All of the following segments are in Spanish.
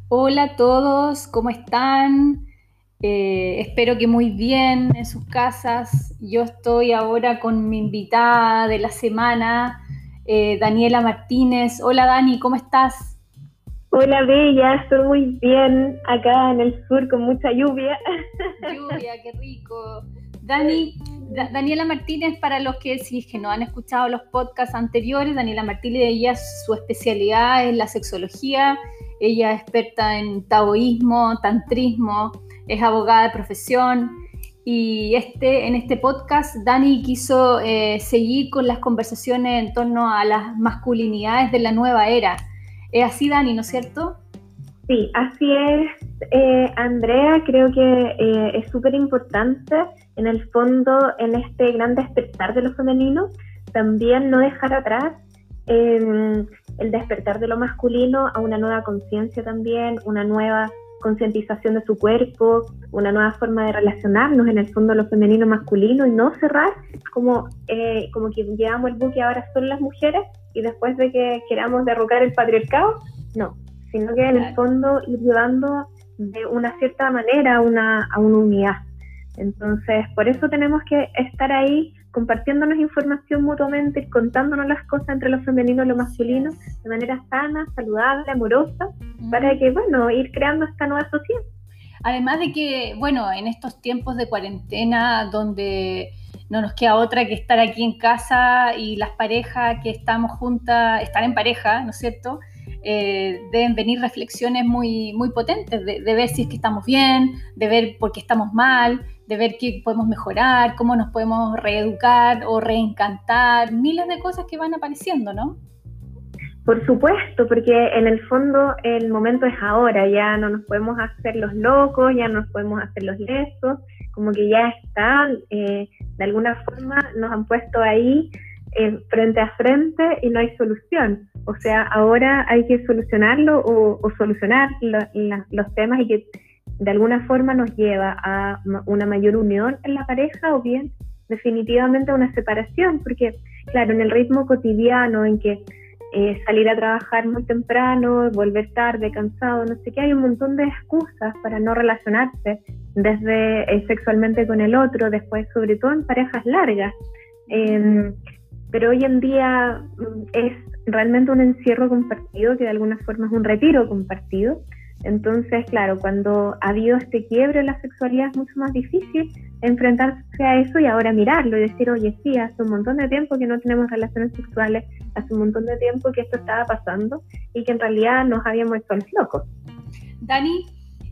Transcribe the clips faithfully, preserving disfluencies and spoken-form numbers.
Hola a todos, ¿cómo están? Eh, espero que muy bien en sus casas. Yo estoy ahora con mi invitada de la semana, eh, Daniela Martínez. Hola Dani, ¿cómo estás? Hola Bella, estoy muy bien acá en el sur con mucha lluvia. Lluvia, qué rico. Dani, Da- Daniela Martínez, para los que sí que no han escuchado los podcasts anteriores, Daniela Martínez, ella su especialidad es la sexología, ella es experta en taoísmo, tantrismo, es abogada de profesión y este, en este podcast Dani quiso eh, seguir con las conversaciones en torno a las masculinidades de la nueva era. Es así, Dani, ¿no es cierto? Sí, así es, eh, Andrea, creo que eh, es súper importante en el fondo en este gran despertar de lo femenino, también no dejar atrás eh, el despertar de lo masculino a una nueva conciencia también, una nueva concientización de su cuerpo, una nueva forma de relacionarnos en el fondo lo femenino masculino y no cerrar como, eh, como que llevamos el buque ahora son las mujeres y después de que queramos derrocar el patriarcado, no, sino que en el Claro. fondo ir llevando de una cierta manera a una, a una unidad. Entonces, por eso tenemos que estar ahí compartiéndonos información mutuamente, contándonos las cosas entre lo femenino y lo Así masculino es. de manera sana, saludable, amorosa, para Mm. que, bueno, ir creando esta nueva sociedad. Además de que, bueno, en estos tiempos de cuarentena donde no nos queda otra que estar aquí en casa y las parejas que estamos juntas, estar en pareja, ¿no es cierto? Eh, deben venir reflexiones muy, muy potentes de, de ver si es que estamos bien, de ver por qué estamos mal, de ver qué podemos mejorar, cómo nos podemos reeducar o reencantar, miles de cosas que van apareciendo, ¿no? Por supuesto, porque en el fondo el momento es ahora, ya no nos podemos hacer los locos, ya no nos podemos hacer los lesos, como que ya está, eh, de alguna forma nos han puesto ahí eh, frente a frente y no hay solución. O sea, ahora hay que solucionarlo o, o solucionar lo, la, los temas y que de alguna forma nos lleva a una mayor unión en la pareja o bien definitivamente a una separación, porque claro, en el ritmo cotidiano en que eh, salir a trabajar muy temprano, volver tarde, cansado, no sé qué, hay un montón de excusas para no relacionarse desde eh, sexualmente con el otro, después sobre todo en parejas largas. Eh, pero hoy en día mm, es realmente un encierro compartido, que de alguna forma es un retiro compartido. Entonces, claro, cuando ha habido este quiebre en la sexualidad es mucho más difícil enfrentarse a eso y ahora mirarlo y decir, oye, sí, hace un montón de tiempo que no tenemos relaciones sexuales, hace un montón de tiempo que esto estaba pasando y que en realidad nos habíamos hecho los locos. Dani,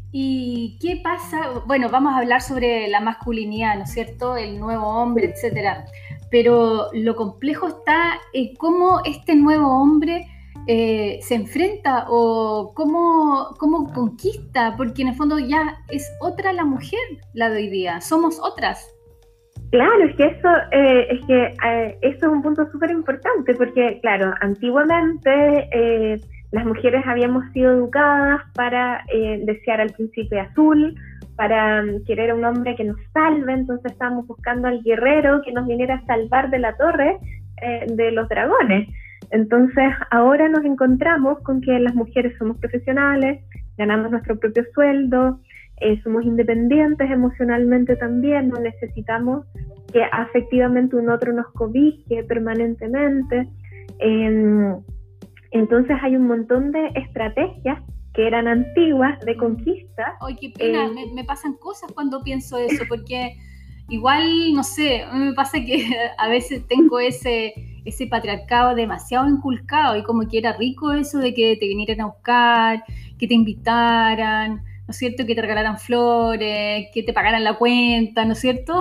¿y qué pasa? Bueno, vamos a hablar sobre la masculinidad, ¿no es cierto? El nuevo hombre, Sí. etcétera. Pero lo complejo está en cómo este nuevo hombre eh, se enfrenta o cómo, cómo conquista, porque en el fondo ya es otra la mujer la de hoy día, somos otras. Claro, es que eso, eh, es que eh, eso es un punto súper importante, porque claro, antiguamente eh, las mujeres habíamos sido educadas para eh, desear al príncipe azul, para um, querer a un hombre que nos salve, entonces estábamos buscando al guerrero que nos viniera a salvar de la torre eh, de los dragones. Entonces ahora nos encontramos con que las mujeres somos profesionales, ganamos nuestro propio sueldo, eh, somos independientes emocionalmente también, no necesitamos que afectivamente un otro nos cobije permanentemente. Eh, entonces hay un montón de estrategias que eran antiguas de conquista. Ay, qué pena, Eh, me, me pasan cosas cuando pienso eso, porque igual, no sé, a mí me pasa que a veces tengo ese, ese patriarcado demasiado inculcado y como que era rico eso de que te vinieran a buscar, que te invitaran, ¿no es cierto? Que te regalaran flores, que te pagaran la cuenta, ¿no es cierto?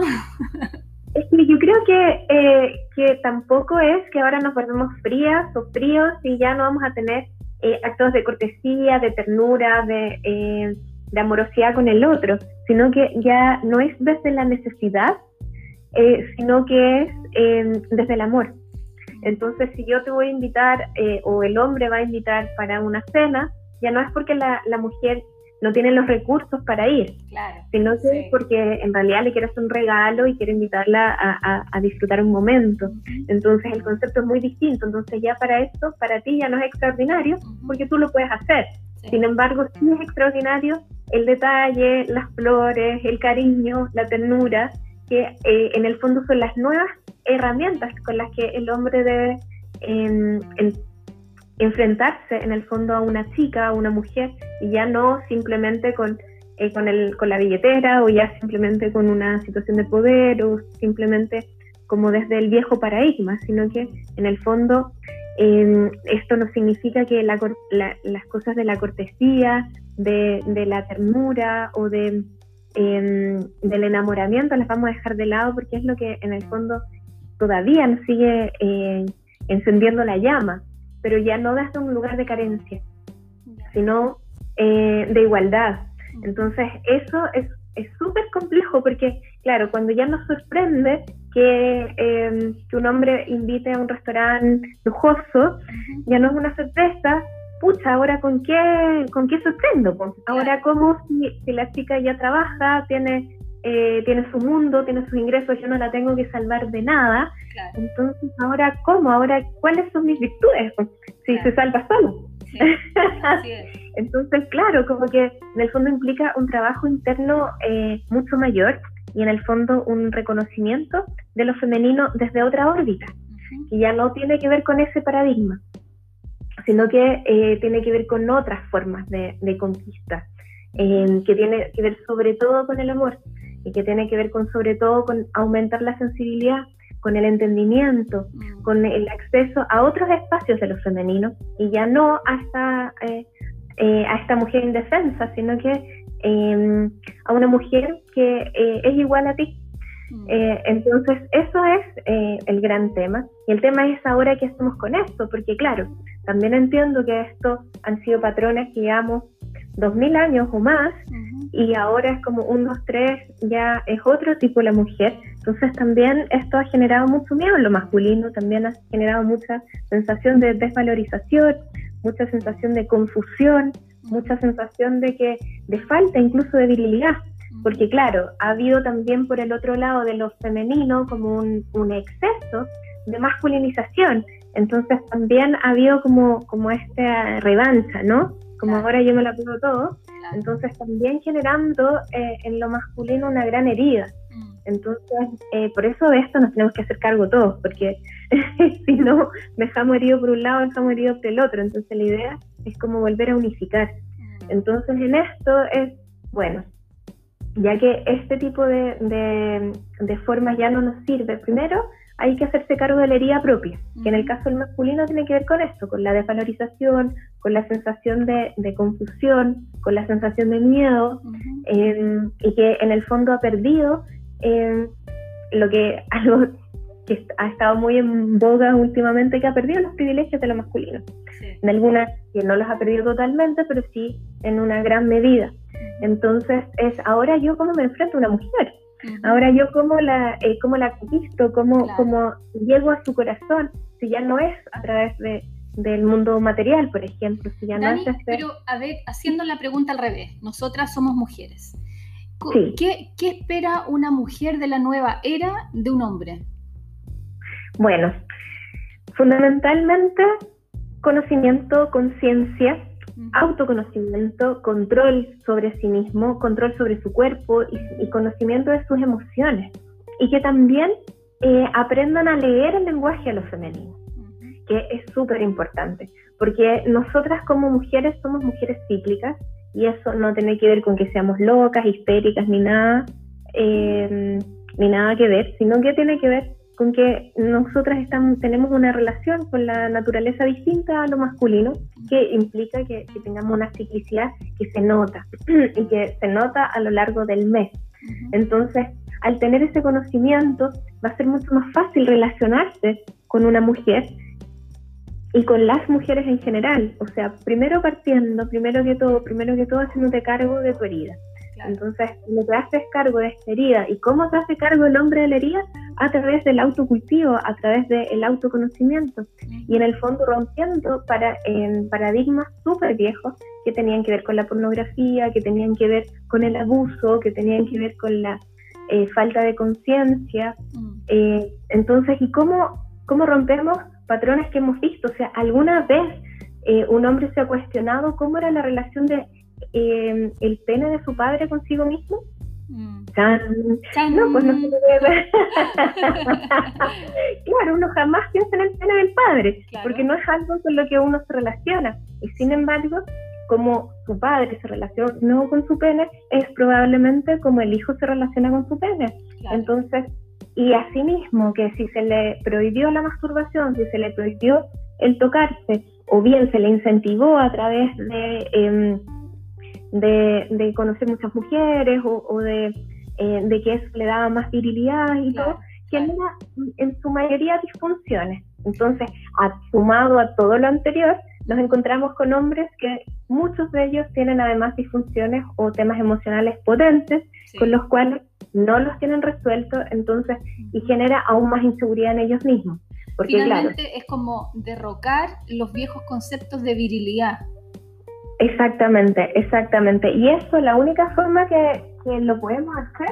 es que yo creo que, eh, que tampoco es que ahora nos volvemos frías o fríos y ya no vamos a tener eh, actos de cortesía, de ternura, de, eh, de amorosidad con el otro, sino que ya no es desde la necesidad, eh, sino que es eh, desde el amor. Entonces, si yo te voy a invitar eh, o el hombre va a invitar para una cena, ya no es porque la, la mujer no tiene los recursos para ir, Claro, sino que es sí. porque en realidad le quiere hacer un regalo y quiere invitarla a, a, a disfrutar un momento. Uh-huh. Entonces el concepto es muy distinto. Entonces ya para esto, para ti ya no es extraordinario Uh-huh. porque tú lo puedes hacer. Sí. Sin embargo, sí es extraordinario el detalle, las flores, el cariño, la ternura, que eh, en el fondo son las nuevas herramientas con las que el hombre debe eh, en, enfrentarse en el fondo a una chica, a una mujer, y ya no simplemente con, eh, con, el, con la billetera, o ya simplemente con una situación de poder, o simplemente como desde el viejo paradigma, sino que en el fondo eh, esto no significa que la, la, las cosas de la cortesía, de, de la ternura o de, eh, del enamoramiento las vamos a dejar de lado, porque es lo que en el fondo todavía nos sigue eh, encendiendo la llama, pero ya no desde un lugar de carencia, sino eh, de igualdad. Entonces eso es es súper complejo, porque claro, cuando ya nos sorprende que, eh, que un hombre invite a un restaurante lujoso, uh-huh. ya no es una sorpresa. Pucha, ahora con qué con qué sorprendo, pues? Ahora cómo si, si la chica ya trabaja, tiene eh, tiene su mundo, tiene sus ingresos, yo no la tengo que salvar de nada. Claro. Entonces ahora cómo, ahora cuáles son mis virtudes, si claro. se salva solo. Sí, así es. Entonces, claro, como que en el fondo implica un trabajo interno eh, mucho mayor, y en el fondo un reconocimiento de lo femenino desde otra órbita, uh-huh. que ya no tiene que ver con ese paradigma, sino que eh, tiene que ver con otras formas de, de conquista, eh, que tiene que ver sobre todo con el amor, y que tiene que ver con sobre todo con aumentar la sensibilidad, con el entendimiento, mm. con el acceso a otros espacios de lo femenino, y ya no a esta, eh, eh, a esta mujer indefensa, sino que eh, a una mujer que eh, es igual a ti. Mm. Eh, entonces eso es eh, el gran tema, y el tema es ahora qué hacemos con esto, porque claro, también entiendo que estos han sido patrones que llevamos dos mil años o más, uh-huh. y ahora es como un, dos, tres, ya es otro tipo la mujer. Entonces también esto ha generado mucho miedo en lo masculino, también ha generado mucha sensación de desvalorización, mucha sensación de confusión, uh-huh. mucha sensación de que de falta incluso de virilidad, uh-huh. porque claro, ha habido también por el otro lado de lo femenino como un, un exceso de masculinización. Entonces también ha habido como, como esta revancha, ¿no? Como claro. ahora yo me la pongo todo, claro. entonces también generando eh, en lo masculino una gran herida. Mm. Entonces, eh, por eso de esto nos tenemos que hacer cargo todos, porque si no, dejamos herido por un lado, dejamos herido por el otro. Entonces la idea es como volver a unificar. Mm. Entonces en esto es, bueno, ya que este tipo de, de, de formas ya no nos sirve, primero hay que hacerse cargo de la herida propia, uh-huh. que en el caso del masculino tiene que ver con esto, con la desvalorización, con la sensación de, de confusión, con la sensación de miedo, uh-huh. eh, y que en el fondo ha perdido eh, lo que algo que ha estado muy en boga últimamente, que ha perdido los privilegios de lo masculino. Sí. En algunas que no los ha perdido totalmente, pero sí en una gran medida. Uh-huh. Entonces es ahora yo cómo me enfrento a una mujer. Uh-huh. Ahora yo cómo la, eh, cómo la conquisto, cómo, claro. cómo llego a su corazón, si ya no es a través de, del mundo material, por ejemplo, si ya Dani, no es este... pero a ver, haciendo la pregunta al revés, nosotras somos mujeres. Sí. ¿Qué, ¿Qué espera una mujer de la nueva era de un hombre? Bueno, fundamentalmente conocimiento, conciencia, autoconocimiento, control sobre sí mismo, control sobre su cuerpo y, y conocimiento de sus emociones, y que también eh, aprendan a leer el lenguaje a lo femenino, uh-huh. que es súper importante, porque nosotras como mujeres somos mujeres cíclicas, y eso no tiene que ver con que seamos locas, histéricas, ni nada, eh, ni nada que ver, sino que tiene que ver con que nosotras estamos, tenemos una relación con la naturaleza distinta a lo masculino, que implica que, que tengamos una ciclicidad que se nota, y que se nota a lo largo del mes. Uh-huh. Entonces, al tener ese conocimiento, va a ser mucho más fácil relacionarse con una mujer, y con las mujeres en general. O sea, primero partiendo, primero que todo, primero que todo haciéndote cargo de tu herida. Claro. Entonces, cuando te haces cargo de esta herida, ¿y cómo se hace cargo el hombre de la herida? A través del autocultivo, a través del autoconocimiento, y en el fondo rompiendo para, eh, paradigmas súper viejos que tenían que ver con la pornografía, que tenían que ver con el abuso, que tenían que ver con la eh, falta de conciencia. Mm. Eh, entonces, ¿y cómo, cómo rompemos patrones que hemos visto? O sea, ¿alguna vez eh, un hombre se ha cuestionado cómo era la relación de eh, el pene de su padre consigo mismo. Mm. ¡Chan! ¡Chan! No, pues no se puede. Claro, uno jamás piensa en el pene del padre, Claro. porque no es algo con lo que uno se relaciona. Y sin embargo, como su padre se relacionó con su pene, es probablemente como el hijo se relaciona con su pene. Claro. Entonces, y asimismo, que si se le prohibió la masturbación, si se le prohibió el tocarse, o bien se le incentivó a través de, eh, de, de conocer muchas mujeres, o, o de, eh, de que eso le daba más virilidad y Claro, todo, genera en su mayoría disfunciones. Entonces, sumado a todo lo anterior, nos encontramos con hombres que muchos de ellos tienen además disfunciones o temas emocionales potentes, sí, con los cuales no los tienen resueltos, entonces, y genera aún más inseguridad en ellos mismos. Porque, finalmente, claro, es como derrocar los viejos conceptos de virilidad. Exactamente, exactamente. Y eso, la única forma que, que lo podemos hacer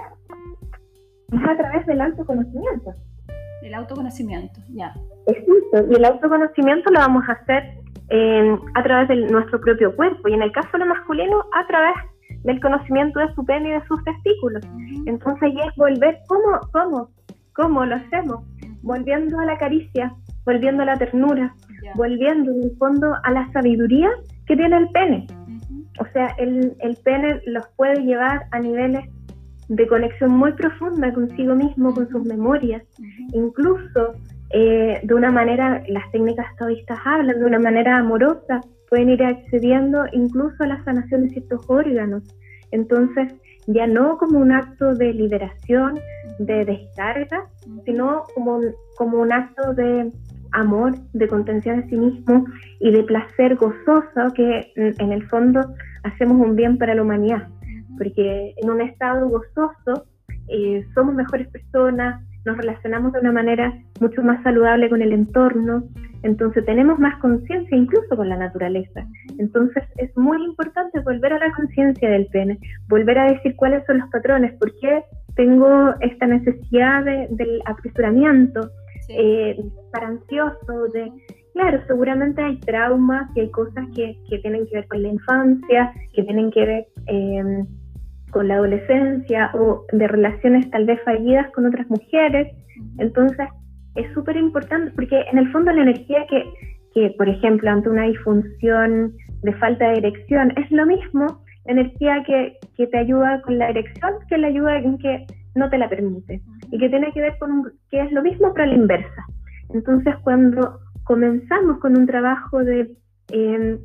es a través del autoconocimiento. El autoconocimiento, ya. Exacto, y el autoconocimiento lo vamos a hacer eh, a través de nuestro propio cuerpo, y en el caso de lo masculino, a través del conocimiento de su pene y de sus testículos. Uh-huh. Entonces, ya es volver, ¿cómo, cómo, cómo lo hacemos? Volviendo a la caricia, volviendo a la ternura, yeah, volviendo en el fondo a la sabiduría que tiene el pene. Uh-huh. O sea, el, el pene los puede llevar a niveles de conexión muy profunda consigo mismo, con sus memorias, uh-huh, incluso eh, de una manera, las técnicas taoístas hablan, de una manera amorosa, pueden ir accediendo incluso a la sanación de ciertos órganos. Entonces, ya no como un acto de liberación, de descarga, sino como, como un acto de amor, de contención a sí mismo y de placer gozoso, que en el fondo hacemos un bien para la humanidad, porque en un estado gozoso eh, somos mejores personas, nos relacionamos de una manera mucho más saludable con el entorno, entonces tenemos más conciencia incluso con la naturaleza. Entonces es muy importante volver a la conciencia del pene, volver a decir cuáles son los patrones, por qué tengo esta necesidad de, del apresuramiento, sí, eh, para ansioso, de... Claro, seguramente hay traumas y hay cosas que, que tienen que ver con la infancia, que tienen que ver eh, con la adolescencia o de relaciones tal vez fallidas con otras mujeres. Entonces es súper importante porque en el fondo la energía que, que, por ejemplo, ante una disfunción de falta de erección, es lo mismo la energía que, que te ayuda con la erección que la ayuda en que no te la permite, y que tiene que ver con un, que es lo mismo pero a la inversa. Entonces cuando comenzamos con un trabajo de eh,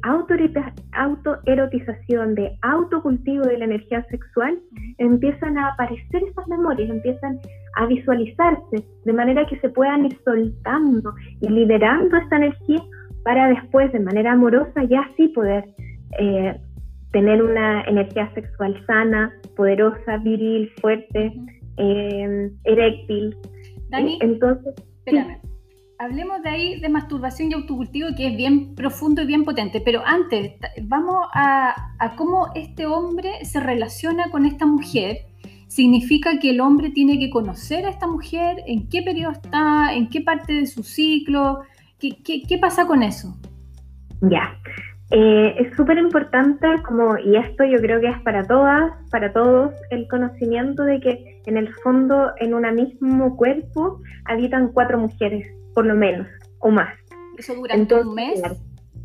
autoerotización, de autocultivo de la energía sexual, empiezan a aparecer esas memorias, empiezan a visualizarse, de manera que se puedan ir soltando y liberando esta energía para después, de manera amorosa, ya sí poder eh, tener una energía sexual sana, poderosa, viril, fuerte, eh, eréctil. Dani, entonces, espérame. Sí. Hablemos de ahí de masturbación y autocultivo, que es bien profundo y bien potente, pero antes vamos a, a cómo este hombre se relaciona con esta mujer. ¿Significa que el hombre tiene que conocer a esta mujer? ¿En qué periodo está? ¿En qué parte de su ciclo? ¿Qué, qué, qué pasa con eso? Ya, eh, es súper importante, como, y esto yo creo que es para todas, para todos, el conocimiento de que en el fondo en un mismo cuerpo habitan cuatro mujeres, por lo menos, o más. ¿Eso durante Entonces, un mes? Claro,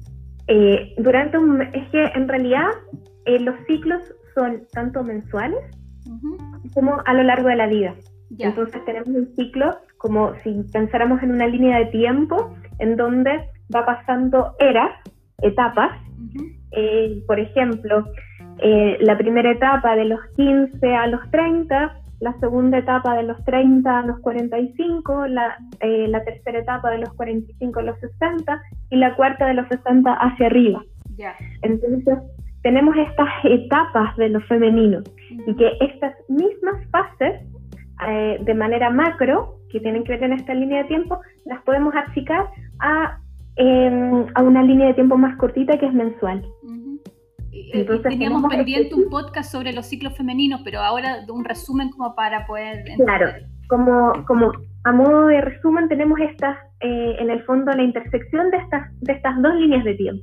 eh, durante un mes, es que en realidad eh, los ciclos son tanto mensuales uh-huh. como a lo largo de la vida. Ya. Entonces tenemos un ciclo como si pensáramos en una línea de tiempo en donde va pasando eras, etapas. Uh-huh. Eh, por ejemplo, eh, la primera etapa de los quince a los treinta, la segunda etapa de los treinta a los cuarenta y cinco, la, eh, la tercera etapa de los cuarenta y cinco a los sesenta y la cuarta de los sesenta hacia arriba. Yeah. Entonces, tenemos estas etapas de lo femenino uh-huh. y que estas mismas fases, eh, de manera macro, que tienen que ver en esta línea de tiempo, las podemos achicar a, eh, a una línea de tiempo más cortita que es mensual. Uh-huh. Entonces, teníamos pendiente este... un podcast sobre los ciclos femeninos, pero ahora un resumen como para poder... Claro, como, como a modo de resumen tenemos estas, eh, en el fondo la intersección de estas, de estas dos líneas de tiempo.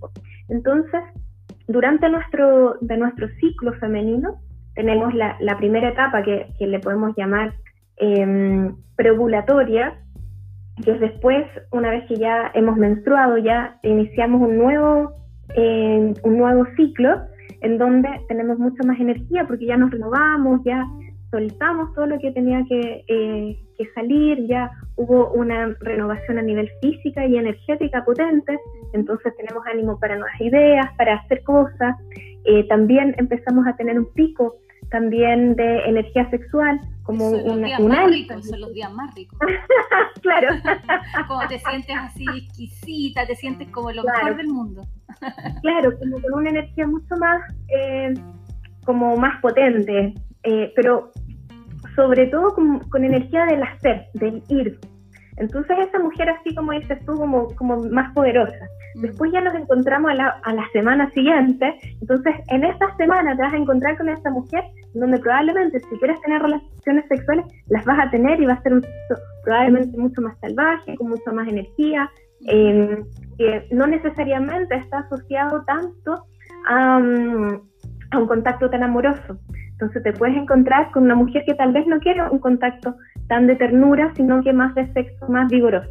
Entonces, durante nuestro, de nuestro ciclo femenino, tenemos la, la primera etapa que, que le podemos llamar eh, preovulatoria, que es después, una vez que ya hemos menstruado, ya iniciamos un nuevo, eh, un nuevo ciclo, en donde tenemos mucha más energía, porque ya nos renovamos, ya soltamos todo lo que tenía que, eh, que salir, ya hubo una renovación a nivel física y energética potente, entonces tenemos ánimo para nuevas ideas, para hacer cosas, eh, también empezamos a tener un pico también de energía sexual, como son los una, días un más alza. ricos, son los días más ricos. Claro. Como te sientes así exquisita, te sientes como lo Claro. mejor del mundo. Claro, como con una energía mucho más, eh, como más potente, eh, pero sobre todo con, con energía del hacer, del ir. Entonces esa mujer, así como dices tú, como, como más poderosa. Después ya nos encontramos a la, a la semana siguiente, entonces en esta semana te vas a encontrar con esta mujer donde probablemente si quieres tener relaciones sexuales las vas a tener y va a ser un sexo probablemente mucho más salvaje, con mucha más energía, eh, que no necesariamente está asociado tanto a, um, a un contacto tan amoroso. Entonces te puedes encontrar con una mujer que tal vez no quiere un contacto tan de ternura, sino que más de sexo más vigoroso.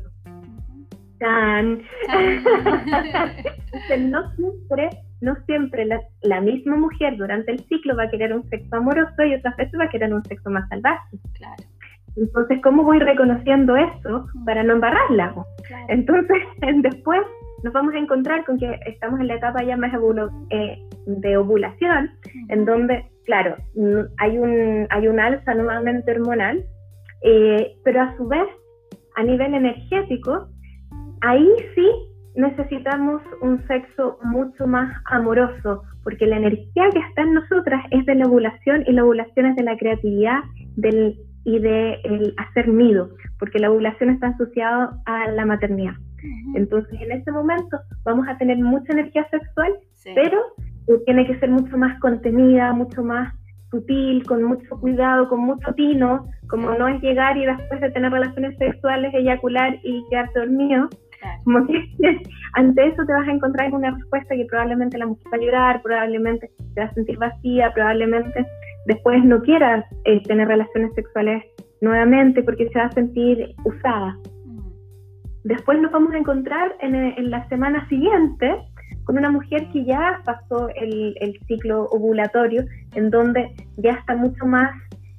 Tan. Entonces, no siempre, no siempre la, la misma mujer durante el ciclo va a querer un sexo amoroso y otras veces va a querer un sexo más salvaje. Claro. Entonces, ¿cómo voy reconociendo eso para no embarrarla? Claro. Entonces, después nos vamos a encontrar con que estamos en la etapa ya más ovulo, eh, de ovulación, en donde, claro, hay un, hay un alza nuevamente hormonal, eh, pero a su vez, a nivel energético, ahí sí necesitamos un sexo mucho más amoroso, porque la energía que está en nosotras es de la ovulación, y la ovulación es de la creatividad del, y de el hacer nido, porque la ovulación está asociada a la maternidad. Uh-huh. Entonces, en ese momento vamos a tener mucha energía sexual, sí. pero tiene que ser mucho más contenida, mucho más sutil, con mucho cuidado, con mucho tino, como no es llegar y después de tener relaciones sexuales, eyacular y quedarse dormido. Claro. Como que ante eso te vas a encontrar con una respuesta que probablemente la mujer va a llorar, probablemente te va a sentir vacía, probablemente después no quiera eh, tener relaciones sexuales nuevamente porque se va a sentir usada. Mm. Después nos vamos a encontrar en, en la semana siguiente con una mujer que ya pasó el, el ciclo ovulatorio, en donde ya está mucho más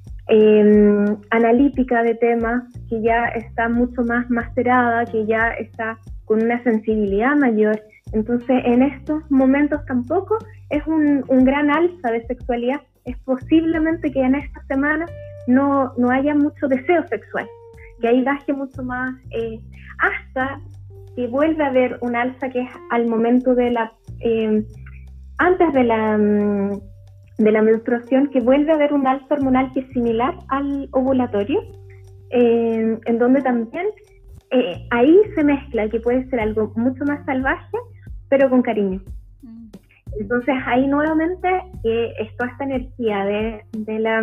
eh, analítica de temas, que ya está mucho más masterada, que ya está con una sensibilidad mayor. Entonces, en estos momentos tampoco es un, un gran alza de sexualidad. Es posiblemente que en esta semana no, no haya mucho deseo sexual, que ahí baje mucho más, eh, hasta que vuelve a haber un alza que es al momento de la, eh, antes de la, de la menstruación, que vuelve a haber un alza hormonal que es similar al ovulatorio, eh, en donde también eh, ahí se mezcla, que puede ser algo mucho más salvaje, pero con cariño. Entonces ahí nuevamente eh, es toda esta energía de, de, la,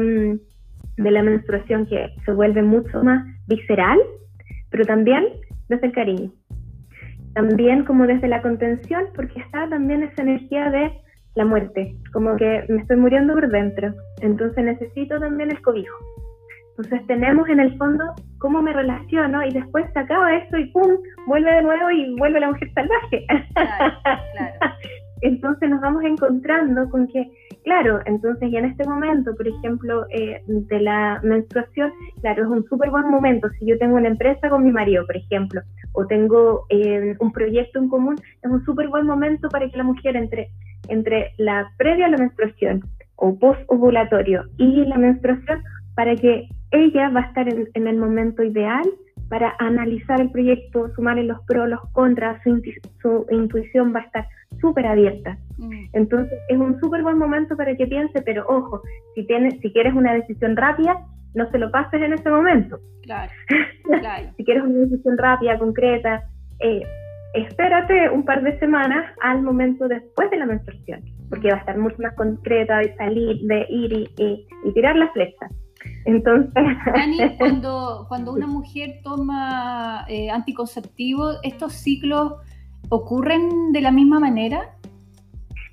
de la menstruación que se vuelve mucho más visceral, pero también desde el cariño. También como desde la contención, porque está también esa energía de la muerte, como que me estoy muriendo por dentro, entonces necesito también el cobijo. Entonces tenemos en el fondo cómo me relaciono y después se acaba esto y ¡pum! Vuelve de nuevo y vuelve la mujer salvaje. Claro, claro. Entonces nos vamos encontrando con que, claro, entonces ya en este momento, por ejemplo, eh, de la menstruación, claro, es un súper buen momento. Si yo tengo una empresa con mi marido, por ejemplo, o tengo eh, un proyecto en común, es un súper buen momento para que la mujer entre, entre la previa a la menstruación o post-ovulatorio y la menstruación, para que ella va a estar en, en el momento ideal para analizar el proyecto, sumarle los pros, los contras, su, intu- su intuición va a estar súper abierta. Mm. Entonces es un súper buen momento para que piense, pero ojo, si tienes, si quieres una decisión rápida, no se lo pases en ese momento. Claro, claro. Si quieres una decisión rápida, concreta, eh, espérate un par de semanas al momento después de la menstruación, porque va a estar mucho más concreta de salir, de ir y, y, y tirar la flecha. Entonces, Dani, cuando, cuando una mujer toma eh, anticonceptivo, ¿estos ciclos ocurren de la misma manera?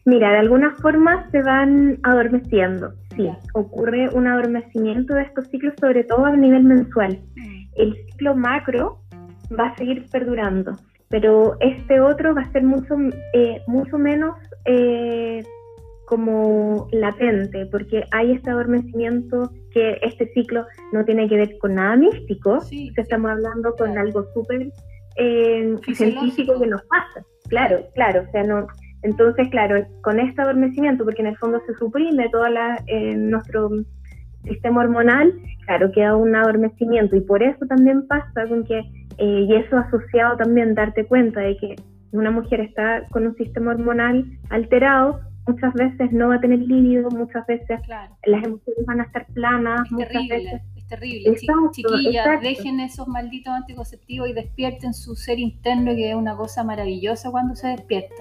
Mira, de alguna forma se van adormeciendo. Sí, ocurre un adormecimiento de estos ciclos, sobre todo a nivel mensual. El ciclo macro va a seguir perdurando, pero este otro va a ser mucho, eh, mucho menos eh, como latente, porque hay este adormecimiento que este ciclo no tiene que ver con nada místico, sí, sí. Estamos hablando con claro. algo súper eh, científico que nos pasa. Claro, claro, o sea, no... Entonces, claro, con este adormecimiento, porque en el fondo se suprime todo la, eh, nuestro sistema hormonal, claro, queda un adormecimiento, y por eso también pasa con que, eh, y eso asociado también, darte cuenta de que una mujer está con un sistema hormonal alterado, muchas veces no va a tener líbido, muchas veces claro. las emociones van a estar planas, es muchas terrible, veces... Es terrible, exacto, chiquillas, exacto. Dejen esos malditos anticonceptivos y despierten su ser interno, que es una cosa maravillosa cuando se despierta.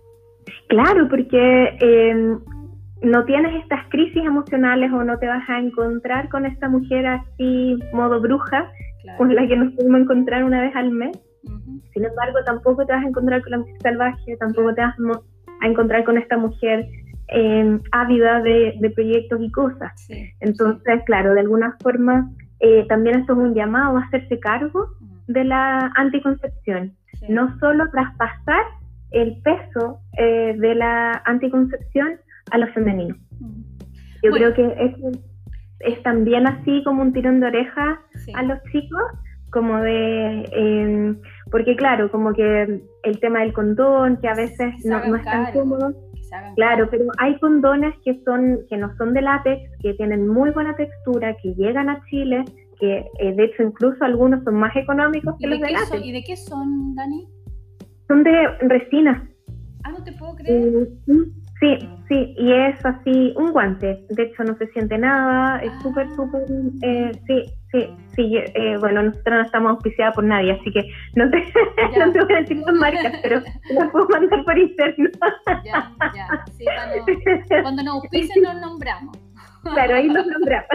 Claro, porque eh, no tienes estas crisis emocionales o no te vas a encontrar con esta mujer así, modo bruja, claro. con la que nos podemos encontrar una vez al mes. Uh-huh. Sin embargo, tampoco te vas a encontrar con la mujer salvaje, tampoco claro. te vas a encontrar con esta mujer eh, ávida de, de proyectos y cosas. Sí, Entonces, sí. claro, de alguna forma, eh, también esto es un llamado a hacerse cargo uh-huh. de la anticoncepción. Sí. No solo traspasar el peso eh, de la anticoncepción a lo femenino. Yo bueno. creo que eso es también así como un tirón de orejas sí. a los chicos, como de, eh, porque claro, como que el tema del condón, que a veces que no, no es tan cómodo, claro, caro. Pero hay condones que son que no son de látex, que tienen muy buena textura, que llegan a Chile, que eh, de hecho incluso algunos son más económicos que los de, de látex. Son, ¿Y de qué son, Dani? Son de resina. Ah, no te puedo creer. Sí, sí, y es así, un guante. De hecho, no se siente nada, es súper, ah. súper... Eh, sí, sí, sí. Eh, bueno, nosotros no estamos auspiciadas por nadie, así que no te, no te voy a decir las marcas, pero las puedo mandar por interno. Ya, ya. Sí, cuando, cuando nos auspicien nos nombramos. Claro, ahí los nombramos.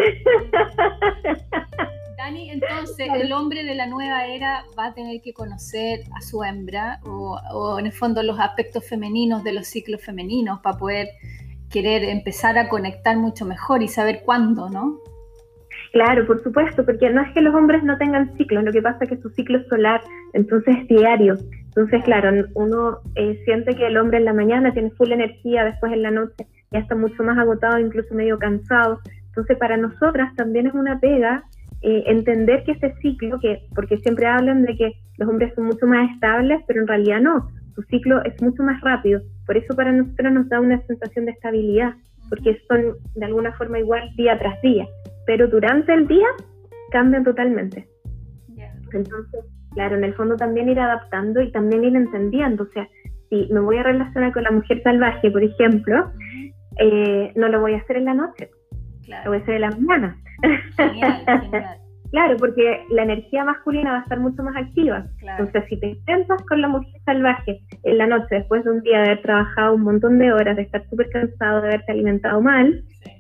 Dani, entonces el hombre de la nueva era va a tener que conocer a su hembra o, o en el fondo los aspectos femeninos de los ciclos femeninos para poder querer empezar a conectar mucho mejor y saber cuándo, ¿no? Claro, por supuesto, porque no es que los hombres no tengan ciclos, lo que pasa es que su ciclo es solar, entonces es diario. Entonces, claro, uno eh, siente que el hombre en la mañana tiene full energía, después en la noche ya está mucho más agotado, incluso medio cansado. Entonces, para nosotras también es una pega Eh, entender que ese ciclo, que porque siempre hablan de que los hombres son mucho más estables, pero en realidad no, su ciclo es mucho más rápido, por eso para nosotros nos da una sensación de estabilidad, porque son de alguna forma igual día tras día, pero durante el día cambian totalmente. Yeah. Entonces, claro, en el fondo también ir adaptando y también ir entendiendo, o sea, si me voy a relacionar con la mujer salvaje, por ejemplo, eh, no lo voy a hacer en la noche, claro. lo voy a hacer en la mañana. Genial, genial. Claro, porque la energía masculina va a estar mucho más activa. Claro. Entonces, si te enfrentas con la mujer salvaje en la noche, después de un día de haber trabajado un montón de horas, de estar súper cansado, de haberte alimentado mal, sí.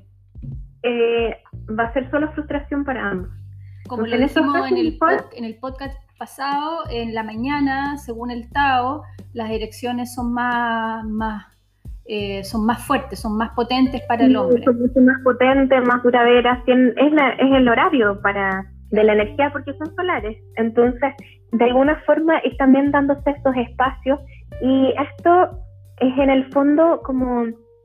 eh, va a ser solo frustración para ambos. Como lo dijimos en el, pod, en el podcast pasado, en la mañana, según el Tao, las erecciones son más... más Eh, son más fuertes, son más potentes para el hombre. Son mucho más potentes, más duraderas, tienen, es, la, es el horario para de la energía porque son solares. Entonces, de alguna forma, ir también dándose estos espacios, y esto es en el fondo como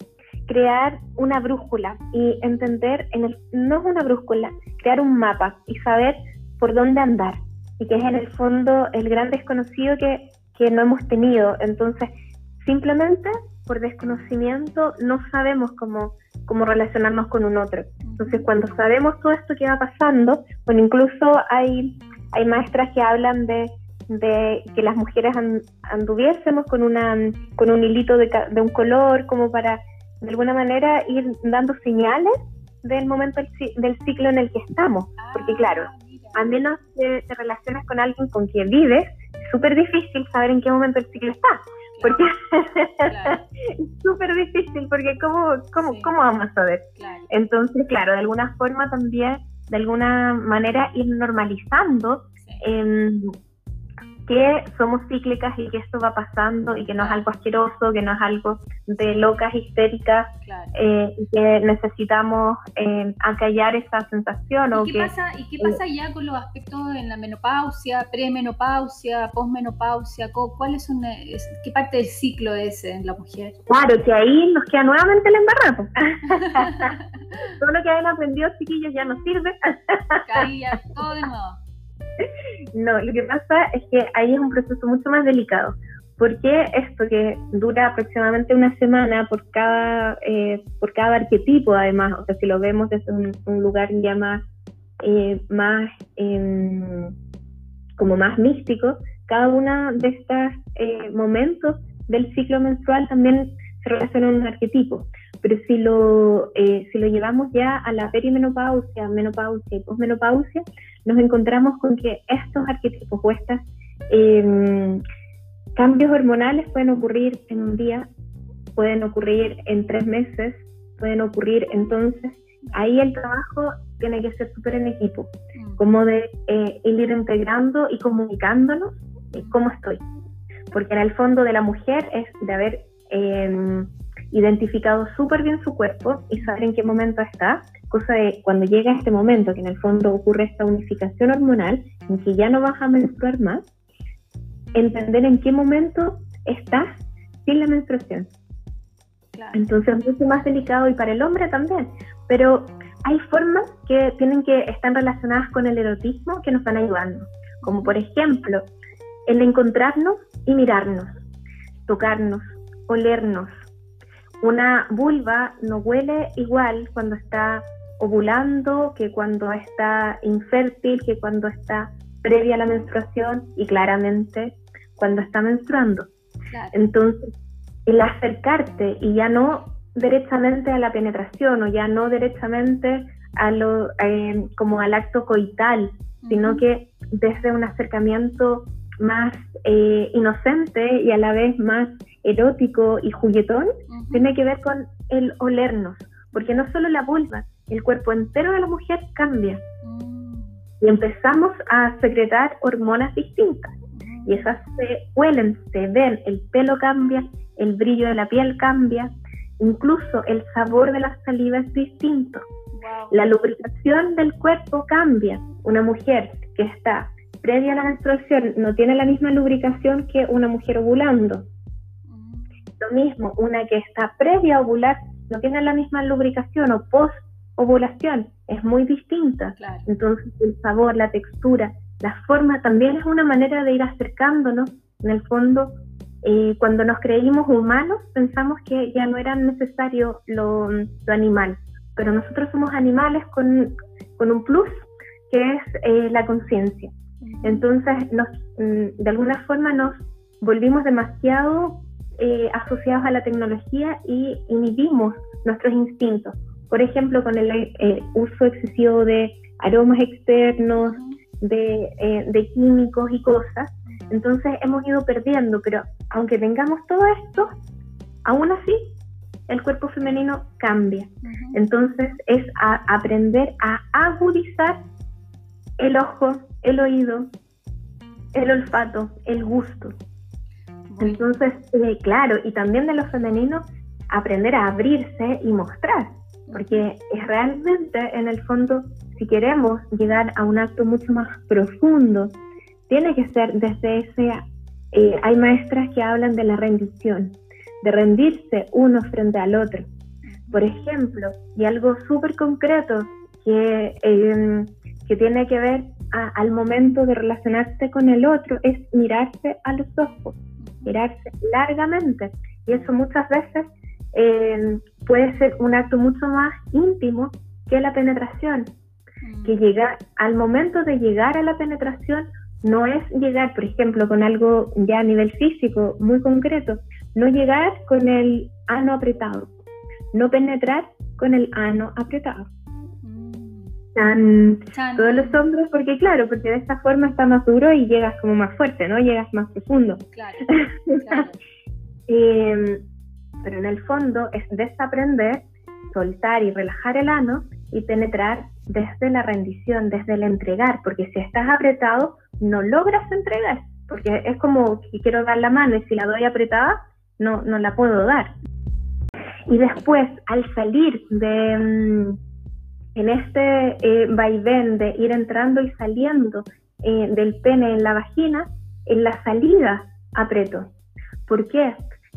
crear una brújula y entender, en el, no es una brújula, crear un mapa y saber por dónde andar, y que es en el fondo el gran desconocido que, que no hemos tenido. Entonces, simplemente por desconocimiento no sabemos cómo, cómo relacionarnos con un otro. Entonces, cuando sabemos todo esto que va pasando, bueno, incluso hay, hay maestras que hablan de, de que las mujeres and, anduviésemos con, una, con un hilito de, de un color, como para, de alguna manera, ir dando señales del momento del, del ciclo en el que estamos. Porque, claro, a menos que te relaciones con alguien con quien vives, es súper difícil saber en qué momento el ciclo está. Porque claro. es súper difícil, porque ¿cómo, cómo, sí. ¿cómo vamos a saber? Claro. Entonces, claro, de alguna forma también, de alguna manera, ir normalizando sí. eh, que somos cíclicas y que esto va pasando y que no es algo asqueroso, que no es algo de locas histéricas, claro. eh, y que necesitamos eh, acallar esa sensación. ¿Y, o qué que, pasa, ¿Y qué pasa ya con los aspectos en la menopausia, premenopausia, posmenopausia? ¿Cuáles son, qué parte del ciclo es en la mujer? Claro, que ahí nos queda nuevamente el embarrado. Todo lo que hayan aprendido, chiquillos, ya no sirve. Ahí ya todo de nuevo. No, lo que pasa es que ahí es un proceso mucho más delicado, porque esto que dura aproximadamente una semana por cada eh, por cada arquetipo, además, o sea, si lo vemos desde un, un lugar ya más eh, más eh, como más místico, cada uno de estos eh, momentos del ciclo menstrual también se relaciona a un arquetipo. Pero si lo, eh, si lo llevamos ya a la perimenopausia, menopausia y posmenopausia, nos encontramos con que estos arquetipos o estos eh, cambios hormonales pueden ocurrir en un día, pueden ocurrir en tres meses, pueden ocurrir, entonces ahí el trabajo tiene que ser súper en equipo, como de eh, ir integrando y comunicándonos eh, cómo estoy, porque en el fondo de la mujer es de haber eh, identificado súper bien su cuerpo y saber en qué momento está, cosa de cuando llega este momento, que en el fondo ocurre esta unificación hormonal, en que ya no vas a menstruar más, entender en qué momento estás sin la menstruación. Claro. Entonces es mucho más delicado, y para el hombre también, pero hay formas que tienen que estar relacionadas con el erotismo que nos van ayudando, como por ejemplo el encontrarnos y mirarnos, tocarnos, olernos. Una vulva no huele igual cuando está ovulando que cuando está infértil, que cuando está previa a la menstruación y claramente cuando está menstruando. Claro. Entonces, el acercarte y ya no derechamente a la penetración o ya no derechamente a lo, eh, como al acto coital, uh-huh. sino que desde un acercamiento más eh, inocente y a la vez más erótico y juguetón, uh-huh. tiene que ver con el olernos, porque no solo la vulva, el cuerpo entero de la mujer cambia, uh-huh. y empezamos a secretar hormonas distintas, uh-huh. y esas se huelen, se ven, el pelo cambia, el brillo de la piel cambia, incluso el sabor de la saliva es distinto, wow. la lubricación del cuerpo cambia. Una mujer que está previa a la menstruación no tiene la misma lubricación que una mujer ovulando. Mm. Lo mismo, una que está previa a ovular no tiene la misma lubricación, o post-ovulación, es muy distinta. Claro. Entonces el sabor, la textura, la forma también es una manera de ir acercándonos. En el fondo, eh, cuando nos creímos humanos, pensamos que ya no era necesario lo, lo animal, pero nosotros somos animales con, con un plus, que es eh, la conciencia. Entonces, nos, de alguna forma nos volvimos demasiado eh, asociados a la tecnología y inhibimos nuestros instintos. Por ejemplo, con el eh, uso excesivo de aromas externos, de, eh, de químicos y cosas. Entonces, hemos ido perdiendo, pero aunque tengamos todo esto, aún así, el cuerpo femenino cambia. Uh-huh. Entonces, es a aprender a agudizar el ojo, el oído, el olfato, el gusto. Entonces, eh, claro, y también de lo femenino, aprender a abrirse y mostrar, porque es realmente, en el fondo, si queremos llegar a un acto mucho más profundo, tiene que ser desde ese, eh, hay maestras que hablan de la rendición, de rendirse uno frente al otro. Por ejemplo, y algo súper concreto que... Eh, que tiene que ver a, al momento de relacionarse con el otro, es mirarse a los ojos, mirarse largamente, y eso muchas veces eh, puede ser un acto mucho más íntimo que la penetración, mm. que llega, al momento de llegar a la penetración no es llegar, por ejemplo, con algo ya a nivel físico muy concreto, no llegar con el ano apretado, no penetrar con el ano apretado. Tan, todos los hombres, porque claro, porque de esta forma está más duro y llegas como más fuerte, ¿no? Llegas más profundo. Claro, claro. eh, pero en el fondo es desaprender, soltar y relajar el ano y penetrar desde la rendición, desde el entregar, porque si estás apretado no logras entregar, porque es como que quiero dar la mano y si la doy apretada, no, no la puedo dar. Y después, al salir de, mm, en este eh, vaivén de ir entrando y saliendo eh, del pene en la vagina, en la salida aprieto. ¿Por qué?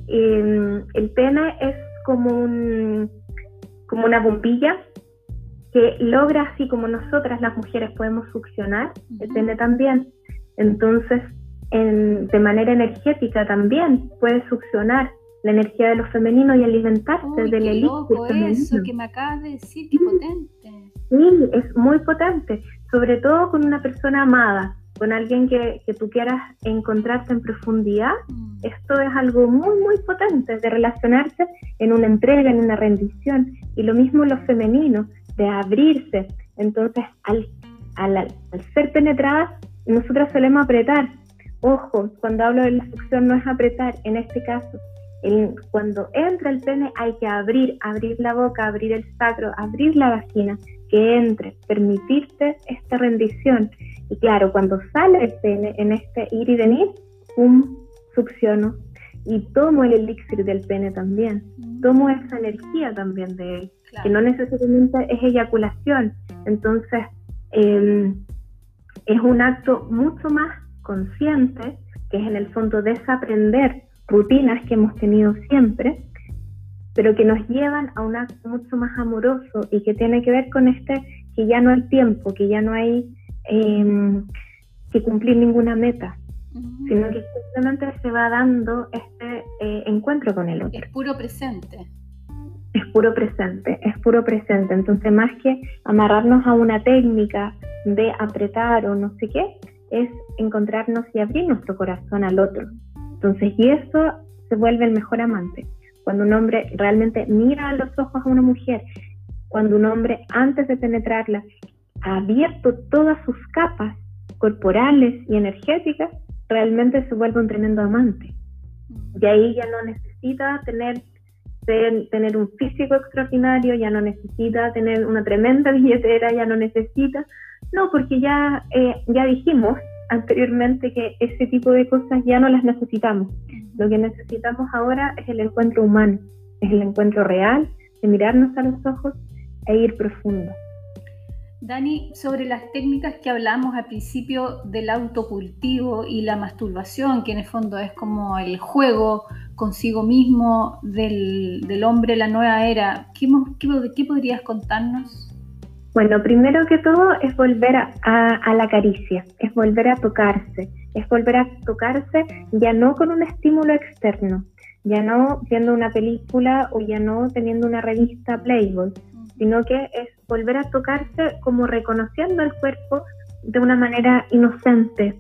Eh, el pene es como, un, como una bombilla que logra, así como nosotras las mujeres podemos succionar, el pene también. Entonces, en, de manera energética también puede succionar la energía de lo femenino y alimentarse Uy, del qué elixir loco femenino. Eso que me acabas de decir, qué potente. Sí, es muy potente, sobre todo con una persona amada, con alguien que, que tú quieras encontrarte en profundidad. Mm. Esto es algo muy, muy potente de relacionarse en una entrega, en una rendición, y lo mismo lo femenino, de abrirse. Entonces, al, al, al ser penetradas, nosotras solemos apretar. Ojo, cuando hablo de la succión no es apretar, en este caso, el, cuando entra el pene hay que abrir, abrir la boca, abrir el sacro, abrir la vagina, que entre, permitirte esta rendición. Y claro, cuando sale el pene en este ir y venir, un succiono y tomo el elixir del pene también, mm. tomo esa energía también de él, claro. que no necesariamente es eyaculación. Entonces, eh, es un acto mucho más consciente, que es en el fondo desaprender rutinas que hemos tenido siempre, pero que nos llevan a un acto mucho más amoroso y que tiene que ver con este, que ya no hay tiempo, que ya no hay eh, que cumplir ninguna meta, uh-huh. sino que simplemente se va dando este eh, encuentro con el otro. Es puro presente. Es puro presente, es puro presente. Entonces, más que amarrarnos a una técnica de apretar o no sé qué, es encontrarnos y abrir nuestro corazón al otro. Entonces, y eso se vuelve el mejor amante. Cuando un hombre realmente mira a los ojos a una mujer, cuando un hombre antes de penetrarla ha abierto todas sus capas corporales y energéticas, realmente se vuelve un tremendo amante. Y ahí ya no necesita tener, tener, tener un físico extraordinario, ya no necesita tener una tremenda billetera, ya no necesita, no, porque ya, eh, ya dijimos anteriormente que ese tipo de cosas ya no las necesitamos. Lo que necesitamos ahora es el encuentro humano, es el encuentro real, de mirarnos a los ojos e ir profundo. Dani, sobre las técnicas que hablamos al principio del autocultivo y la masturbación, que en el fondo es como el juego consigo mismo del, del hombre de la nueva era, ¿qué, qué, qué podrías contarnos? Bueno, primero que todo es volver a, a, a la caricia, es volver a tocarse, es volver a tocarse ya no con un estímulo externo, ya no viendo una película o ya no teniendo una revista Playboy, sino que es volver a tocarse como reconociendo el cuerpo de una manera inocente.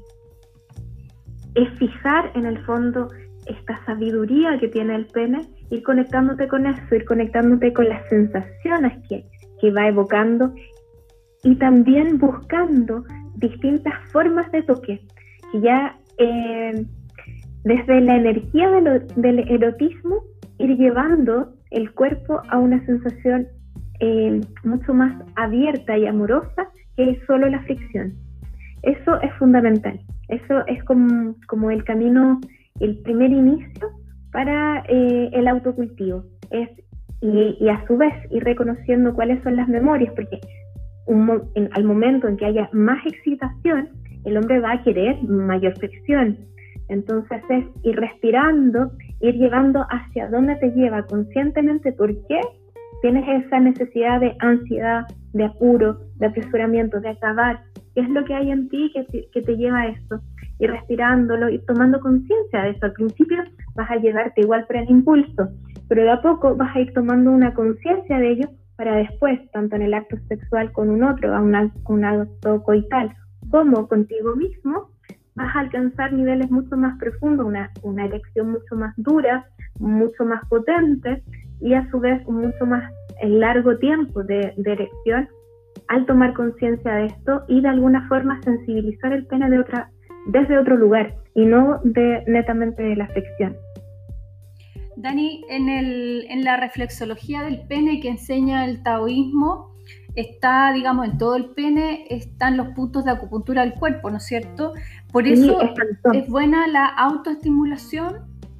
Es fijar en el fondo esta sabiduría que tiene el pene, ir conectándote con eso, ir conectándote con las sensaciones que que va evocando y también buscando distintas formas de toque, que ya eh, desde la energía de lo, del erotismo ir llevando el cuerpo a una sensación eh, mucho más abierta y amorosa que es solo la fricción. Eso es fundamental, eso es como, como el camino, el primer inicio para eh, el autocultivo, es Y, y a su vez ir reconociendo cuáles son las memorias, porque un, en, al momento en que haya más excitación, el hombre va a querer mayor fricción. Entonces es ir respirando, ir llevando hacia dónde te lleva conscientemente, por qué tienes esa necesidad de ansiedad, de apuro, de apresuramiento, de acabar, qué es lo que hay en ti que te, que te lleva a esto, y respirándolo y tomando conciencia de eso. Al principio vas a llevarte igual por el impulso, pero de a poco vas a ir tomando una conciencia de ello para después, tanto en el acto sexual con un otro, a un, un acto coital, como contigo mismo, vas a alcanzar niveles mucho más profundos, una, una erección mucho más dura, mucho más potente, y a su vez un mucho más largo tiempo de, de erección, al tomar conciencia de esto y de alguna forma sensibilizar el pene de otra, desde otro lugar, y no de, netamente de la fricción. Dani, en, el, en la reflexología del pene que enseña el taoísmo, está, digamos, en todo el pene, están los puntos de acupuntura del cuerpo, ¿no es cierto? Por eso sí, es buena la autoestimulación.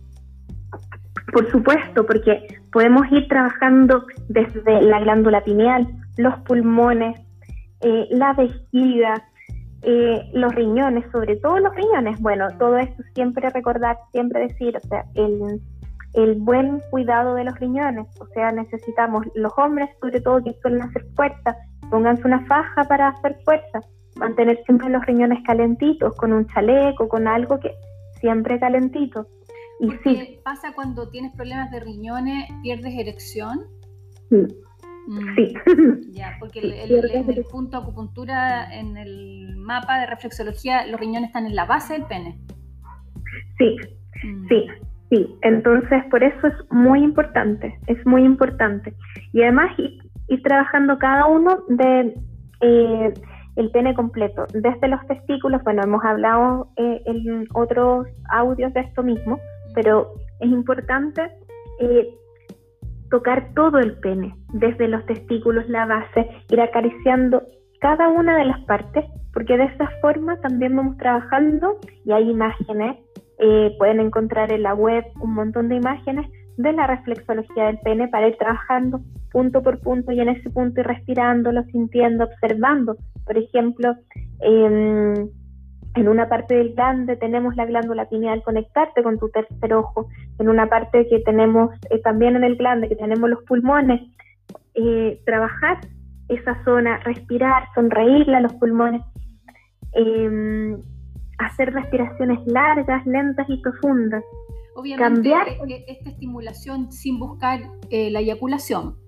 Por supuesto, porque podemos ir trabajando desde la glándula pineal, los pulmones, eh, la vejiga, eh, los riñones, sobre todo los riñones. Bueno, todo esto siempre recordar, siempre decir, o sea, el, el buen cuidado de los riñones. O sea, necesitamos, los hombres sobre todo que suelen hacer fuerza, pónganse una faja para hacer fuerza, mantener siempre los riñones calentitos, con un chaleco, con algo que siempre calentito. Y porque sí. Pasa cuando tienes problemas de riñones, ¿pierdes erección? Sí. Mm, sí. Ya, porque el, el, en el punto acupuntura, en el mapa de reflexología, los riñones están en la base del pene. Sí, mm. sí, sí. Entonces, por eso es muy importante, es muy importante. Y además, ir, ir trabajando cada uno de eh, el pene completo, desde los testículos. Bueno, hemos hablado eh, en otros audios de esto mismo, pero es importante eh, tocar todo el pene, desde los testículos, la base, ir acariciando cada una de las partes, porque de esa forma también vamos trabajando, y hay imágenes, eh, pueden encontrar en la web un montón de imágenes de la reflexología del pene para ir trabajando punto por punto, y en ese punto ir respirándolo, sintiendo, observando. Por ejemplo, eh, en una parte del glande tenemos la glándula pineal, conectarte con tu tercer ojo. En una parte que tenemos eh, también en el glande, que tenemos los pulmones, eh, trabajar esa zona, respirar, sonreírle a los pulmones, eh, hacer respiraciones largas, lentas y profundas. Obviamente, cambiar esta estimulación sin buscar eh, la eyaculación.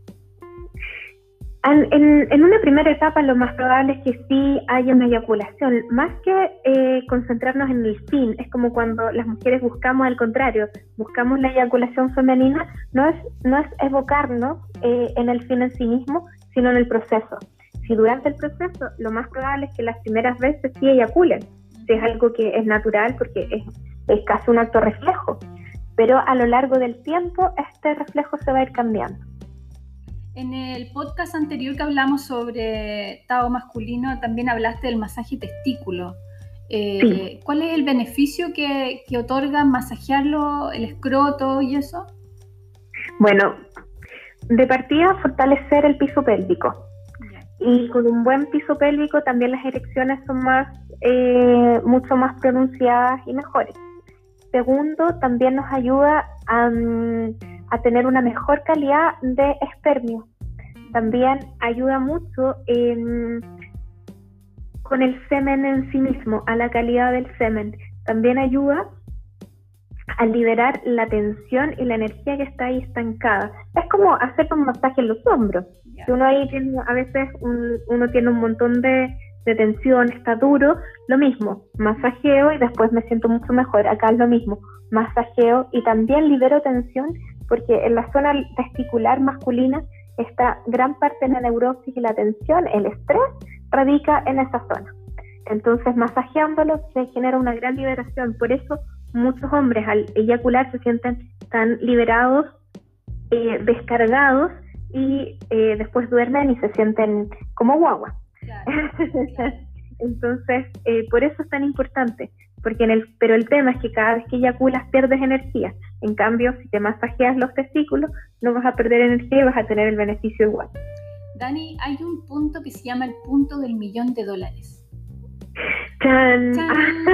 En, en, en una primera etapa lo más probable es que sí haya una eyaculación, más que eh, concentrarnos en el fin. Es como cuando las mujeres buscamos al contrario, buscamos la eyaculación femenina, no es, no es evocarnos eh, en el fin en sí mismo, sino en el proceso. Si durante el proceso lo más probable es que las primeras veces sí eyaculen, si es algo que es natural porque es, es casi un acto reflejo, pero a lo largo del tiempo este reflejo se va a ir cambiando. En el podcast anterior que hablamos sobre Tao masculino, también hablaste del masaje testículo. Eh, sí. ¿Cuál es el beneficio que, que otorga masajearlo, el escroto y eso? Bueno, de partida fortalecer el piso pélvico. Yeah. Y con un buen piso pélvico también las erecciones son más, eh, mucho más pronunciadas y mejores. Segundo, también nos ayuda a... Um, a tener una mejor calidad de espermio. También ayuda mucho en, con el semen en sí mismo, a la calidad del semen. También ayuda a liberar la tensión y la energía que está ahí estancada. Es como hacer un masaje en los hombros. Yeah. Si uno ahí tiene, a veces un, uno tiene un montón de, de tensión, está duro, lo mismo, masajeo y después me siento mucho mejor. Acá es lo mismo, masajeo y también libero tensión, porque en la zona testicular masculina está gran parte de la neurosis y la tensión, el estrés, radica en esa zona. Entonces, masajeándolo se genera una gran liberación. Por eso muchos hombres al eyacular se sienten tan liberados, eh, descargados, y eh, después duermen y se sienten como guagua. Claro, claro. Entonces, eh, por eso es tan importante. Porque en el, pero el tema es que cada vez que eyaculas pierdes energía. En cambio, si te masajeas los testículos, no vas a perder energía y vas a tener el beneficio igual. Dani, hay un punto que se llama el punto del millón de dólares. ¡Chan! ¡Chan!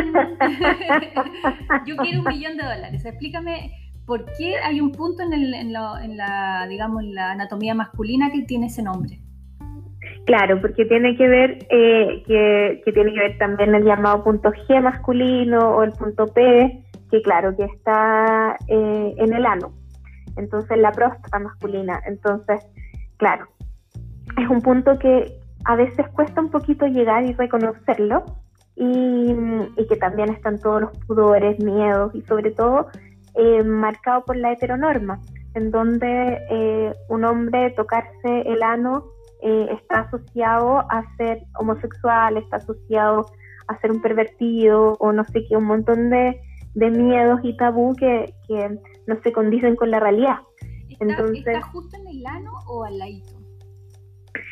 Yo quiero un millón de dólares. Explícame por qué hay un punto en, el, en, lo, en la, digamos, la anatomía masculina que tiene ese nombre. Claro, porque tiene que ver eh, que, que tiene que ver también el llamado punto G masculino o el punto P, que claro, que está eh, en el ano, entonces la próstata masculina. Entonces, claro, es un punto que a veces cuesta un poquito llegar y reconocerlo, y, y que también están todos los pudores, miedos y sobre todo eh, marcado por la heteronorma, en donde eh, un hombre tocarse el ano Eh, está asociado a ser homosexual, está asociado a ser un pervertido o no sé qué, un montón de, de miedos y tabú que, que no se condicen con la realidad. ¿Está, Entonces, ¿Está justo en el ano o al ladito?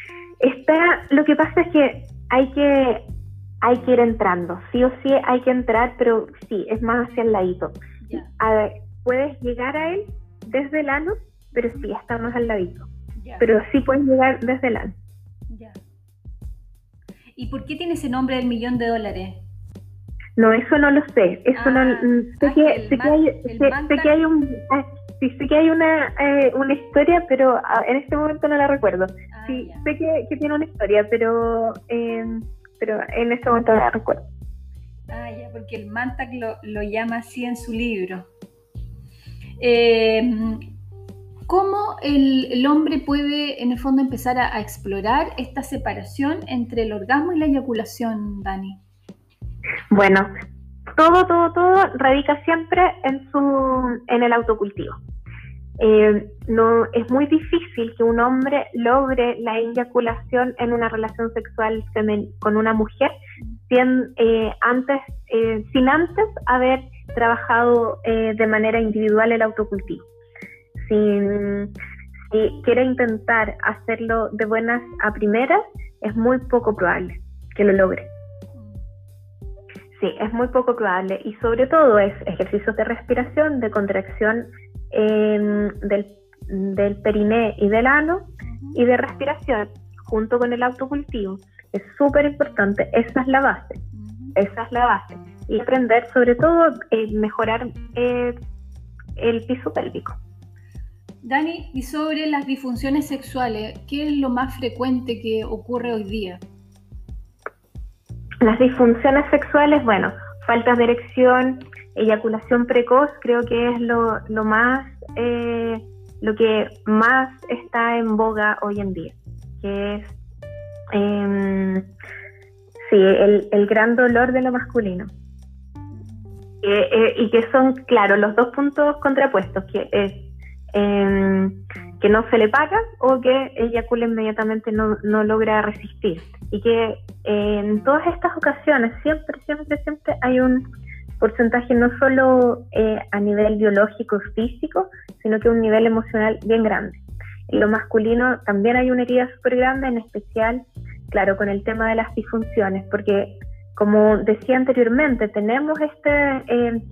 Está, lo que pasa es que hay que hay que ir entrando, sí o sí hay que entrar, pero sí, es más hacia el ladito. Ya. A ver, puedes llegar a él desde el ano, pero sí, está más al ladito. Ya. Pero sí puedes llegar desde el ano. Ya. ¿Y por qué tiene ese nombre del millón de dólares? No, eso no lo sé. Eso Ah, no, sé, ah, que, que el sé, man- que hay, el sé, manta- sé que hay un, ah, sí, sé que hay una, eh, una historia, pero ah, en este momento no la recuerdo. Ah, Sí, ya. sé que, que tiene una historia, pero, eh, pero en este momento no la recuerdo. Ah, ya, porque el Mantac lo, lo llama así en su libro. Eh, ¿Cómo el, el hombre puede, en el fondo, empezar a, a explorar esta separación entre el orgasmo y la eyaculación, Dani? Bueno, todo, todo, todo radica siempre en su, en el autocultivo. Eh, no, es muy difícil que un hombre logre la eyaculación en una relación sexual femen- con una mujer sin, eh, antes, eh, sin antes haber trabajado eh, de manera individual el autocultivo. Si, si quiere intentar hacerlo de buenas a primeras, es muy poco probable que lo logre. Sí, es muy poco probable, y sobre todo es ejercicios de respiración, de contracción eh, del, del periné y del ano, y de respiración junto con el autocultivo. Es súper importante, esa es la base, esa es la base. Y aprender sobre todo eh, mejorar eh, el piso pélvico. Dani, y sobre las disfunciones sexuales, ¿qué es lo más frecuente que ocurre hoy día? Las disfunciones sexuales, bueno, faltas de erección, eyaculación precoz, creo que es lo, lo más, eh, lo que más está en boga hoy en día, que es eh, sí, el, el gran dolor de lo masculino. Eh, eh, y que son, claro, los dos puntos contrapuestos, que es eh, que no se le paga o que eyacula inmediatamente, no, no logra resistir. Y que eh, en todas estas ocasiones siempre, siempre, siempre hay un porcentaje no solo eh, a nivel biológico, físico, sino que un nivel emocional bien grande. En lo masculino también hay una herida súper grande, en especial, claro, con el tema de las disfunciones, porque como decía anteriormente, tenemos este eh,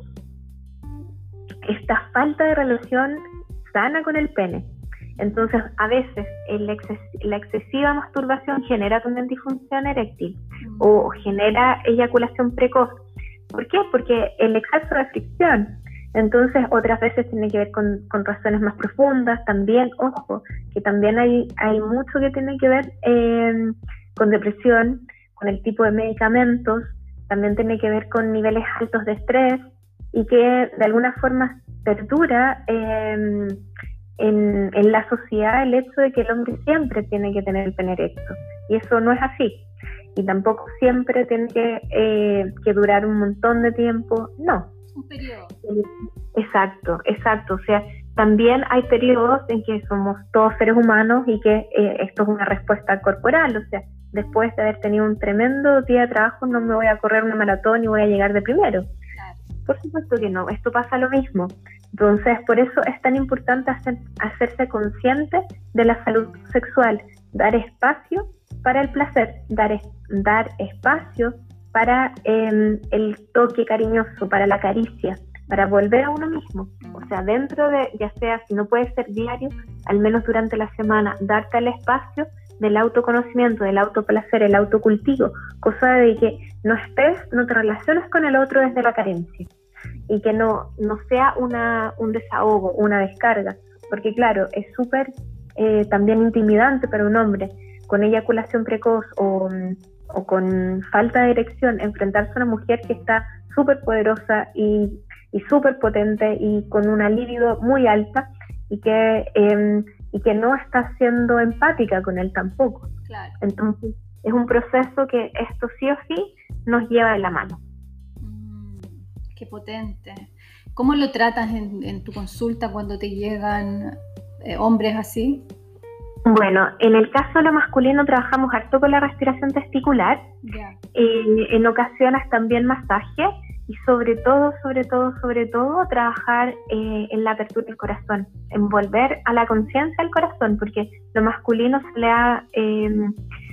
esta falta de relación sana con el pene. Entonces, a veces el exces la excesiva masturbación genera también disfunción eréctil o genera eyaculación precoz. ¿Por qué? Porque el exceso de fricción. Entonces, otras veces tiene que ver con, con razones más profundas. También, ojo, que también hay, hay mucho que tiene que ver eh, con depresión, con el tipo de medicamentos. También tiene que ver con niveles altos de estrés y que de alguna forma perdura eh, en, en la sociedad el hecho de que el hombre siempre tiene que tener el pene erecto, y eso no es así, y tampoco siempre tiene que, eh, que durar un montón de tiempo, no. Un periodo. Exacto, exacto, o sea, también hay periodos en que somos todos seres humanos y que eh, esto es una respuesta corporal, o sea, después de haber tenido un tremendo día de trabajo no me voy a correr una maratón y voy a llegar de primero. Por supuesto que no, esto pasa lo mismo. Entonces, por eso es tan importante hacer, hacerse consciente de la salud sexual, dar espacio para el placer, dar, es, dar espacio para eh, el toque cariñoso, para la caricia, para volver a uno mismo. O sea, dentro de, ya sea, si no puede ser diario, al menos durante la semana, darte el espacio del autoconocimiento, del autoplacer, el autocultivo, cosa de que no estés, no te relaciones con el otro desde la carencia, y que no, no sea una, un desahogo, una descarga, porque claro, es súper eh, también intimidante para un hombre con eyaculación precoz o, o con falta de erección enfrentarse a una mujer que está súper poderosa y, y súper potente y con una libido muy alta y que, eh, y que no está siendo empática con él tampoco. Claro. Entonces es un proceso que esto sí o sí nos lleva de la mano. Qué potente. ¿Cómo lo tratas en, en tu consulta cuando te llegan eh, hombres así? Bueno, en el caso de lo masculino trabajamos harto con la respiración testicular, yeah. eh, en ocasiones también masaje y sobre todo, sobre todo, sobre todo trabajar eh, en la apertura del corazón, en volver a la conciencia del corazón, porque lo masculino se le ha, eh,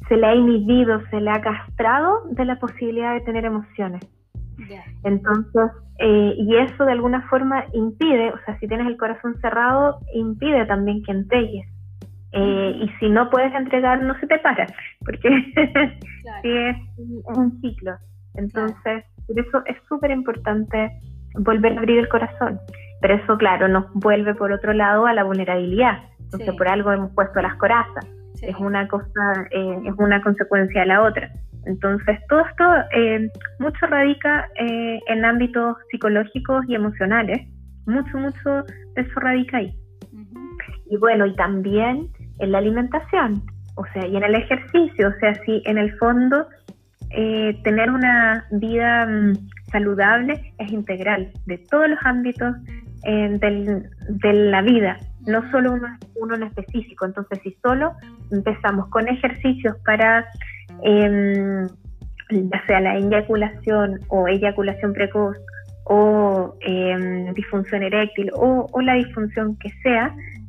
se le ha inhibido, se le ha castrado de la posibilidad de tener emociones. Yeah. Entonces, eh, y eso de alguna forma impide, o sea, si tienes el corazón cerrado, impide también que entregues. Eh, y si no puedes entregar, no se te para, porque Claro. sí es un, un ciclo. Entonces, Claro. por eso es súper importante volver a abrir el corazón. Pero eso, claro, nos vuelve por otro lado a la vulnerabilidad. Entonces, Sí. por algo hemos puesto las corazas. Sí. Es una cosa, eh, es una consecuencia de la otra. Entonces, todo esto eh, mucho radica eh, en ámbitos psicológicos y emocionales. Mucho, mucho de eso radica ahí. Uh-huh. Y bueno, y también en la alimentación, o sea, y en el ejercicio. O sea, si en el fondo eh, tener una vida mm, saludable es integral de todos los ámbitos eh, del, de la vida, no solo uno, uno en específico. Entonces, si solo empezamos con ejercicios para eh, ya sea la eyaculación o eyaculación precoz o eh, disfunción eréctil o, o la disfunción que sea,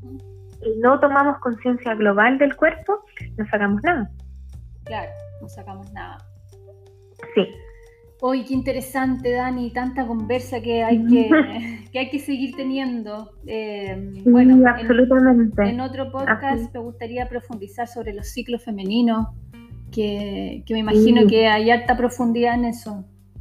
y no tomamos conciencia global del cuerpo, no sacamos nada. Claro, no sacamos nada. Sí. Uy, qué interesante, Dani, tanta conversa que hay que, que, hay que seguir teniendo. Eh, sí, bueno, absolutamente. En, en otro podcast Así. me gustaría profundizar sobre los ciclos femeninos, que, que me imagino sí. que hay alta profundidad en eso.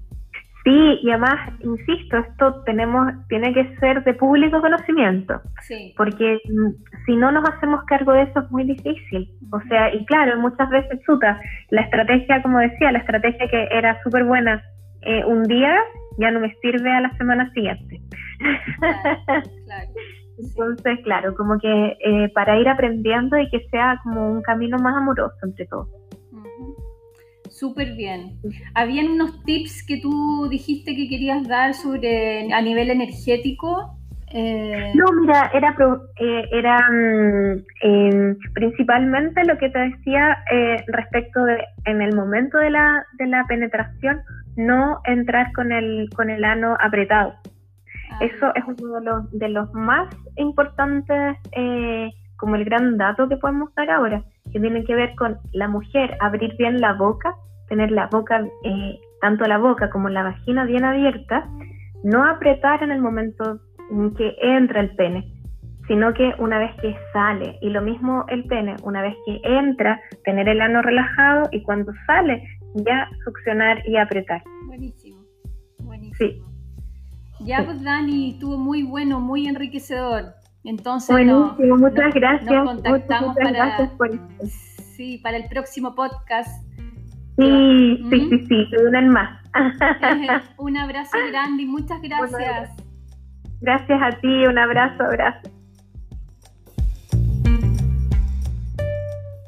Sí, y además, insisto, esto tenemos, tiene que ser de público conocimiento, sí. porque si no nos hacemos cargo de eso es muy difícil. O sea, y claro, muchas veces chuta, la estrategia, como decía, la estrategia que era súper buena eh, un día, ya no me sirve a la semana siguiente. Claro, claro. Entonces, sí. claro, como que eh, para ir aprendiendo y que sea como un camino más amoroso entre todos. Uh-huh. Súper bien. ¿Habían unos tips que tú dijiste que querías dar sobre a nivel energético? Eh... No, mira, era, eh, era eh, principalmente lo que te decía eh, respecto de en el momento de la, de la penetración, no entrar con el, con el ano apretado. Ah, Eso es uno de los, de los más importantes, eh, como el gran dato que podemos dar ahora, que tiene que ver con la mujer abrir bien la boca, tener la boca, eh, tanto la boca como la vagina bien abierta, no apretar en el momento en que entra el pene, sino que una vez que sale, y lo mismo el pene, una vez que entra, tener el ano relajado, y cuando sale, ya succionar y apretar. Buenísimo, buenísimo. Sí. Ya, pues Dani, estuvo muy bueno, muy enriquecedor. Entonces, buenísimo, no, muchas no, gracias. Nos contactamos muchas, muchas para, gracias por esto. Sí, para el próximo podcast. Sí, ¿Mm? sí, sí, sí, se unen más. Un abrazo grande y muchas gracias. Gracias a ti, un abrazo, abrazo.